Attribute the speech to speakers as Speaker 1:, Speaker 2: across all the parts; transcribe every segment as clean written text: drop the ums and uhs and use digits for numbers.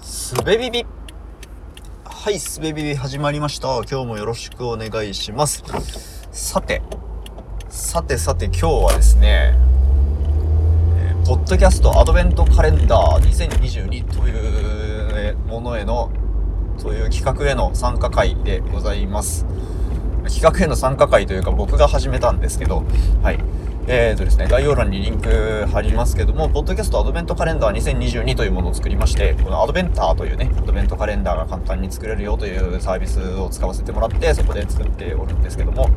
Speaker 1: すべビビ。はい、すべビビ始まりました。今日もよろしくお願いします。さて今日はですね、ポッドキャストアドベントカレンダー2022というものへの、という企画への参加会でございます。企画への参加会というか僕が始めたんですけど、はい。ですね、概要欄にリンク貼りますけども、ポッドキャストアドベントカレンダー2022というものを作りまして、このアドベンターというね、アドベントカレンダーが簡単に作れるよというサービスを使わせてもらって、そこで作っておるんですけども、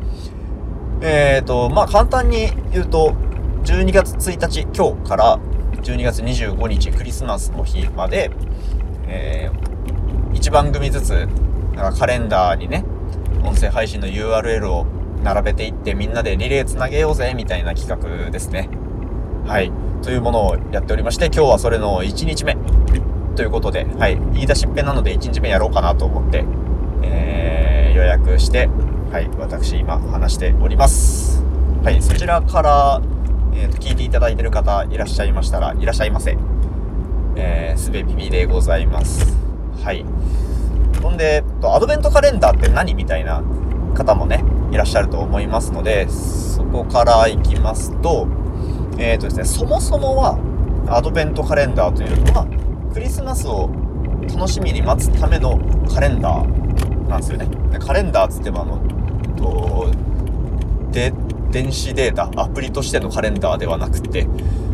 Speaker 1: 簡単に言うと、12月1日、今日から12月25日、クリスマスの日まで、1番組ずつ、カレンダーにね、音声配信の URL を並べていってみんなでリレーつなげようぜみたいな企画ですね。はい。というものをやっておりまして、今日はそれの1日目ということで、はい。言い出しっぺなので1日目やろうかなと思って、予約して、はい。私今話しております。はい。そちらから、聞いていただいている方いらっしゃいましたら、いらっしゃいませ。すべビビでございます。はい。ほんで、アドベントカレンダーって何みたいな方もね、いらっしゃると思いますので、そこからいきますと、ですね、そもそもはアドベントカレンダーというのはクリスマスを楽しみに待つためのカレンダーなんですよね。カレンダーつっても電子データアプリとしてのカレンダーではなくて、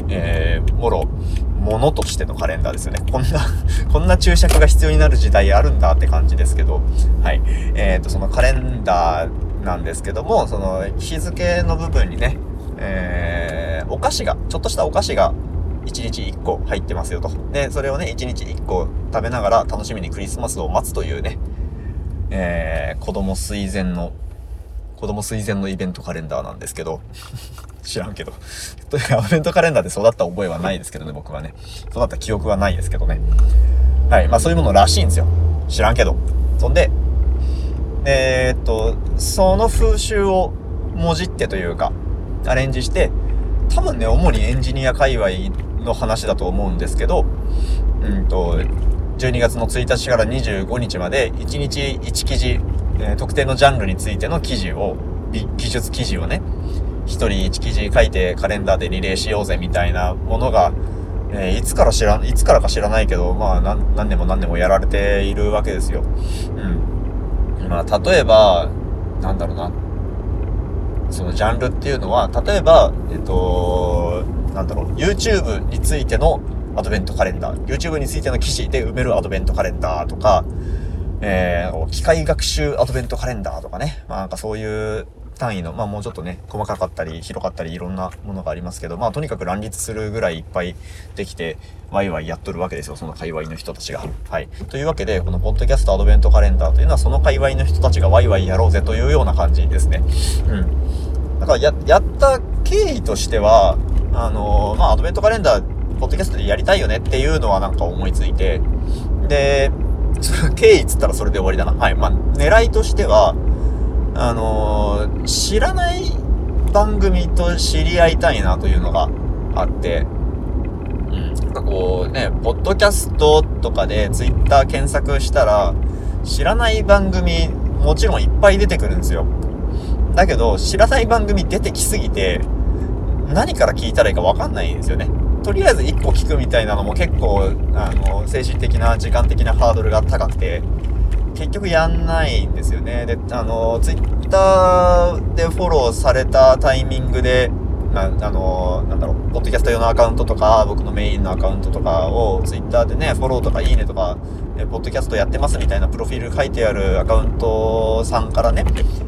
Speaker 1: ものとしてのカレンダーですよね。こんな注釈が必要になる時代あるんだって感じですけど、はい。そのカレンダーなんですけども、その日付の部分にね、ちょっとしたお菓子が1日1個入ってますよと。で、それをね、1日1個食べながら楽しみにクリスマスを待つというね、子供垂涎のイベントカレンダーなんですけど、知らんけど。アドベントカレンダーで育った覚えはないですけどね、僕はね。育った記憶はないですけどね。はい。そういうものらしいんですよ。知らんけど。そんで、その風習をもじってというか、アレンジして、多分ね、主にエンジニア界隈の話だと思うんですけど、12月の1日から25日まで、1日1記事、特定のジャンルについての技術記事をね、一人1記事書いてカレンダーでリレーしようぜみたいなものが、いつからか知らないけど、何年もやられているわけですよ。例えば、そのジャンルっていうのは、例えば、YouTube についてのアドベントカレンダー、YouTube についての記事で埋めるアドベントカレンダーとか、機械学習アドベントカレンダーとかね、そういう単位の、もうちょっとね、細かかったり、広かったり、いろんなものがありますけど、とにかく乱立するぐらいいっぱいできて、ワイワイやっとるわけですよ、その界隈の人たちが。はい。というわけで、このポッドキャストアドベントカレンダーというのは、その界隈の人たちがワイワイやろうぜというような感じですね。だからやった経緯としては、アドベントカレンダー、ポッドキャストでやりたいよねっていうのは思いついて、で、その経緯っつったらそれで終わりだな。はい。狙いとしては、知らない番組と知り合いたいなというのがあって、ポッドキャストとかでツイッター検索したら、知らない番組もちろんいっぱい出てくるんですよ。だけど、知らない番組出てきすぎて、何から聞いたらいいかわかんないんですよね。とりあえず1個聞くみたいなのも結構、精神的な、時間的なハードルが高くて、結局やんないんですよね。で、ツイッターでフォローされたタイミングで、ポッドキャスト用のアカウントとか、僕のメインのアカウントとかをツイッターでね、フォローとかいいねとか、ポッドキャストやってますみたいなプロフィール書いてあるアカウントさんからね、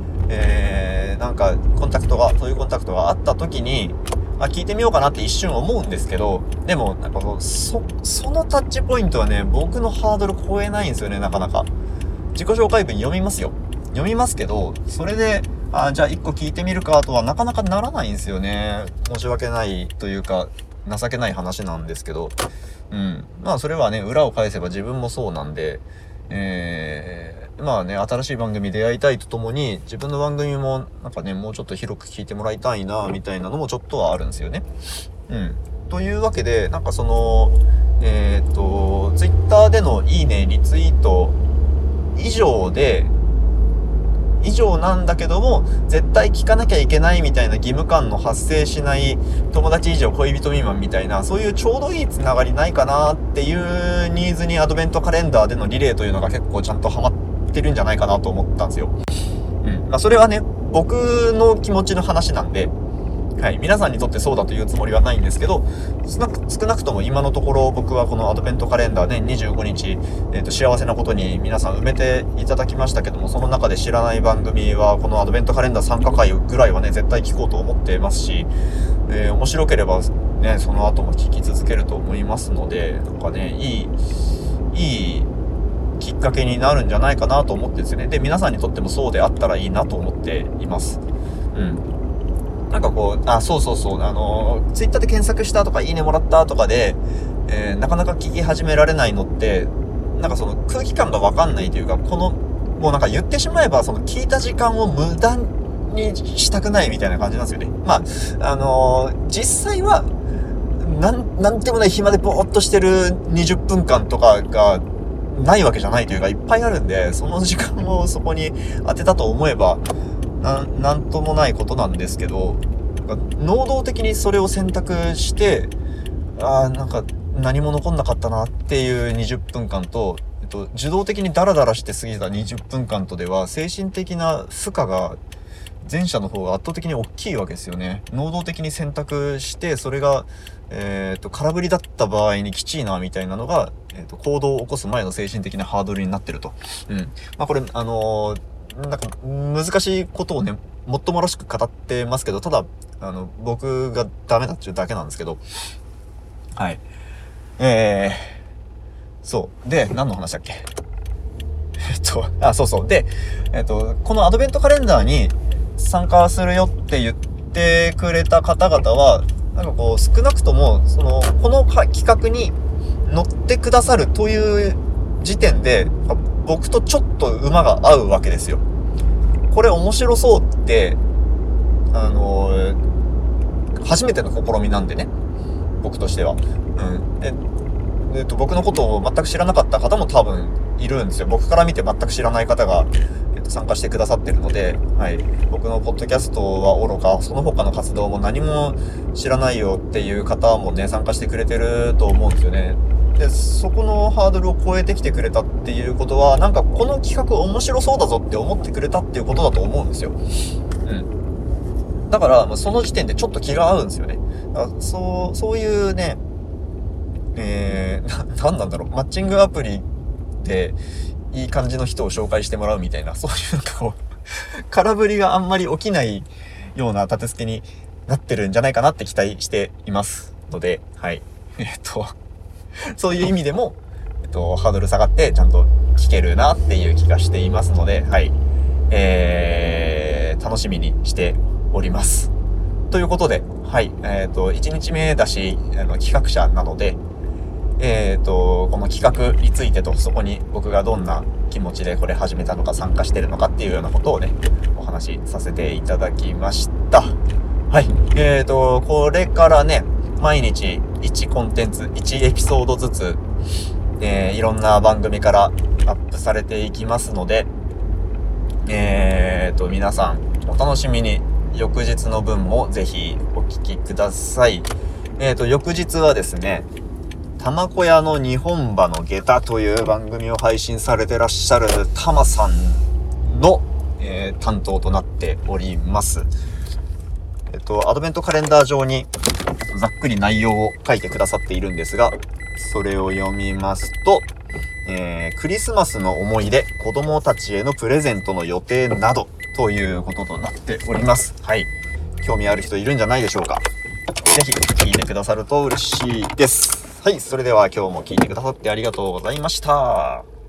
Speaker 1: そういうコンタクトがあった時に、聞いてみようかなって一瞬思うんですけど、でも、そのタッチポイントはね、僕のハードル超えないんですよね、なかなか。自己紹介文読みますよ。読みますけど、それで、じゃあ一個聞いてみるかとはなかなかならないんですよね。申し訳ないというか、情けない話なんですけど。それはね、裏を返せば自分もそうなんで、新しい番組出会いたいとともに、自分の番組ももうちょっと広く聞いてもらいたいな、みたいなのもちょっとはあるんですよね。というわけで、 ツイッターでのいいね、リツイート以上なんだけども、絶対聞かなきゃいけないみたいな義務感の発生しない友達以上恋人未満みたいな、そういうちょうどいいつながりないかなっていうニーズにアドベントカレンダーでのリレーというのが結構ちゃんとハマってるんじゃないかなと思ったんですよ。それはね、僕の気持ちの話なんで、はい、皆さんにとってそうだというつもりはないんですけど、少なくとも今のところ僕はこのアドベントカレンダーね、25日、幸せなことに皆さん埋めていただきましたけども、その中で知らない番組はこのアドベントカレンダー参加会ぐらいはね、絶対聞こうと思ってますし、面白ければね、その後も聞き続けると思いますので、なんかね、いいきっかけになるんじゃないかなと思ってですね。で、皆さんにとってもそうであったらいいなと思っています。なんかこう、そう、ツイッターで検索したとか、いいねもらったとかで、なかなか聞き始められないのって、なんかその空気感がわかんないというか、もうなんか言ってしまえば、その聞いた時間を無駄にしたくないみたいな感じなんですよね。実際は、なんでもない暇でぼーっとしてる20分間とかがないわけじゃないというか、いっぱいあるんで、その時間をそこに当てたと思えば、なんともないことなんですけど、能動的にそれを選択して、なんか何も残んなかったなっていう20分間と、受動的にダラダラして過ぎた20分間とでは、精神的な負荷が前者の方が圧倒的に大きいわけですよね。能動的に選択して、それが、空振りだった場合にきちいなみたいなのが、行動を起こす前の精神的なハードルになってると。これなんか難しいことをね、もっともらしく語ってますけど、ただ僕がダメだっていうだけなんですけど、はい。そうで、何の話だっけ。そうで、このアドベントカレンダーに参加するよって言ってくれた方々は、なんかこう少なくともこの企画に乗ってくださるという時点で、僕とちょっと馬が合うわけですよ。これ面白そうって、初めての試みなんでね、僕としては。僕のことを全く知らなかった方も多分いるんですよ。僕から見て全く知らない方が、参加してくださってるので、はい。僕のポッドキャストはおろか、その他の活動も何も知らないよっていう方もね、参加してくれてると思うんですよね。で、そこのハードルを超えてきてくれたっていうことは、なんかこの企画面白そうだぞって思ってくれたっていうことだと思うんですよ。だから、その時点でちょっと気が合うんですよね。そういうね、なんなんだろう、マッチングアプリでいい感じの人を紹介してもらうみたいな、そういうなんかこう、空振りがあんまり起きないような立て付けになってるんじゃないかなって期待していますので、はい。そういう意味でも、ハードル下がってちゃんと聞けるなっていう気がしていますので、はい。楽しみにしております。ということで、はい。1日目だし、企画者なので、この企画についてと、そこに僕がどんな気持ちでこれ始めたのか参加してるのかっていうようなことをね、お話しさせていただきました。はい。これからね、毎日1コンテンツ、1エピソードずつ、いろんな番組からアップされていきますので、皆さんお楽しみに。翌日の分もぜひお聞きください。翌日はですね、玉子屋の日本馬の下駄という番組を配信されてらっしゃるたまさんの、担当となっております。アドベントカレンダー上にざっくり内容を書いてくださっているんですが、それを読みますと、クリスマスの思い出、子供たちへのプレゼントの予定などということとなっております。はい。興味ある人いるんじゃないでしょうか。ぜひ聞いてくださると嬉しいです。はい。それでは今日も聞いてくださってありがとうございました。